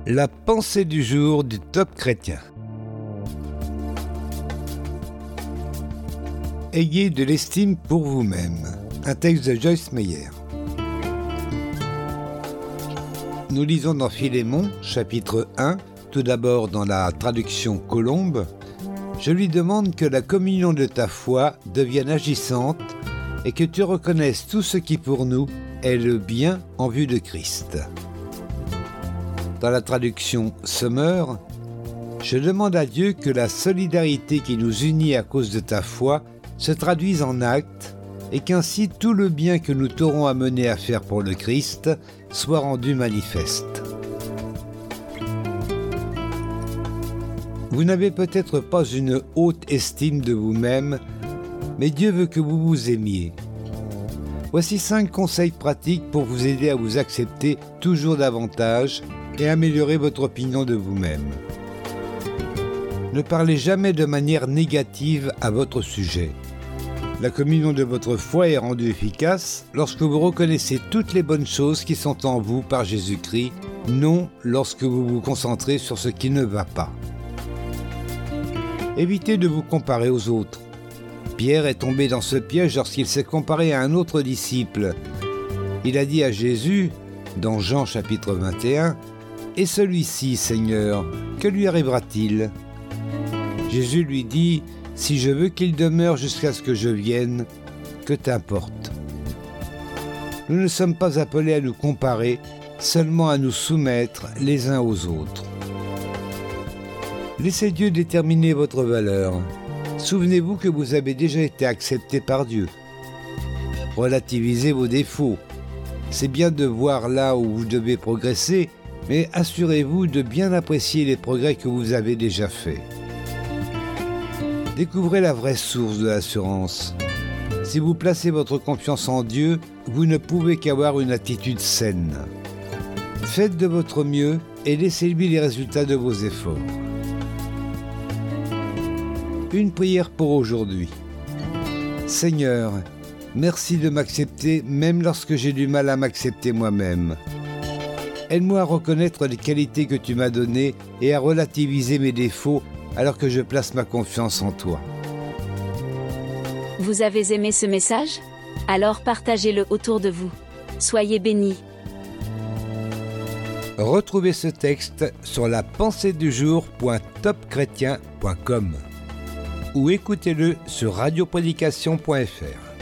La pensée du jour du Top Chrétien. Ayez de l'estime pour vous-même. Un texte de Joyce Meyer. Nous lisons dans Philémon, chapitre 1, tout d'abord dans la traduction Colombe. Je lui demande que la communion de ta foi devienne agissante et que tu reconnaisses tout ce qui pour nous est le bien en vue de Christ. Dans la traduction Summer, je demande à Dieu que la solidarité qui nous unit à cause de ta foi se traduise en actes et qu'ainsi tout le bien que nous t'aurons amené à faire pour le Christ soit rendu manifeste. Vous n'avez peut-être pas une haute estime de vous-même, mais Dieu veut que vous vous aimiez. Voici 5 conseils pratiques pour vous aider à vous accepter toujours davantage et améliorer votre opinion de vous-même. Ne parlez jamais de manière négative à votre sujet. La communion de votre foi est rendue efficace lorsque vous reconnaissez toutes les bonnes choses qui sont en vous par Jésus-Christ, non lorsque vous vous concentrez sur ce qui ne va pas. Évitez de vous comparer aux autres. Pierre est tombé dans ce piège lorsqu'il s'est comparé à un autre disciple. Il a dit à Jésus, dans Jean chapitre 21, « Et celui-ci, Seigneur, que lui arrivera-t-il » Jésus lui dit, « Si je veux qu'il demeure jusqu'à ce que je vienne, que t'importe ?» Nous ne sommes pas appelés à nous comparer, seulement à nous soumettre les uns aux autres. Laissez Dieu déterminer votre valeur. Souvenez-vous que vous avez déjà été accepté par Dieu. Relativisez vos défauts. C'est bien de voir là où vous devez progresser, mais assurez-vous de bien apprécier les progrès que vous avez déjà faits. Découvrez la vraie source de l'assurance. Si vous placez votre confiance en Dieu, vous ne pouvez qu'avoir une attitude saine. Faites de votre mieux et laissez-lui les résultats de vos efforts. Une prière pour aujourd'hui. Seigneur, merci de m'accepter même lorsque j'ai du mal à m'accepter moi-même. Aide-moi à reconnaître les qualités que tu m'as données et à relativiser mes défauts alors que je place ma confiance en toi. Vous avez aimé ce message ? Alors partagez-le autour de vous. Soyez bénis. Retrouvez ce texte sur lapenseedujour.topchrétien.com ou écoutez-le sur radioprédication.fr.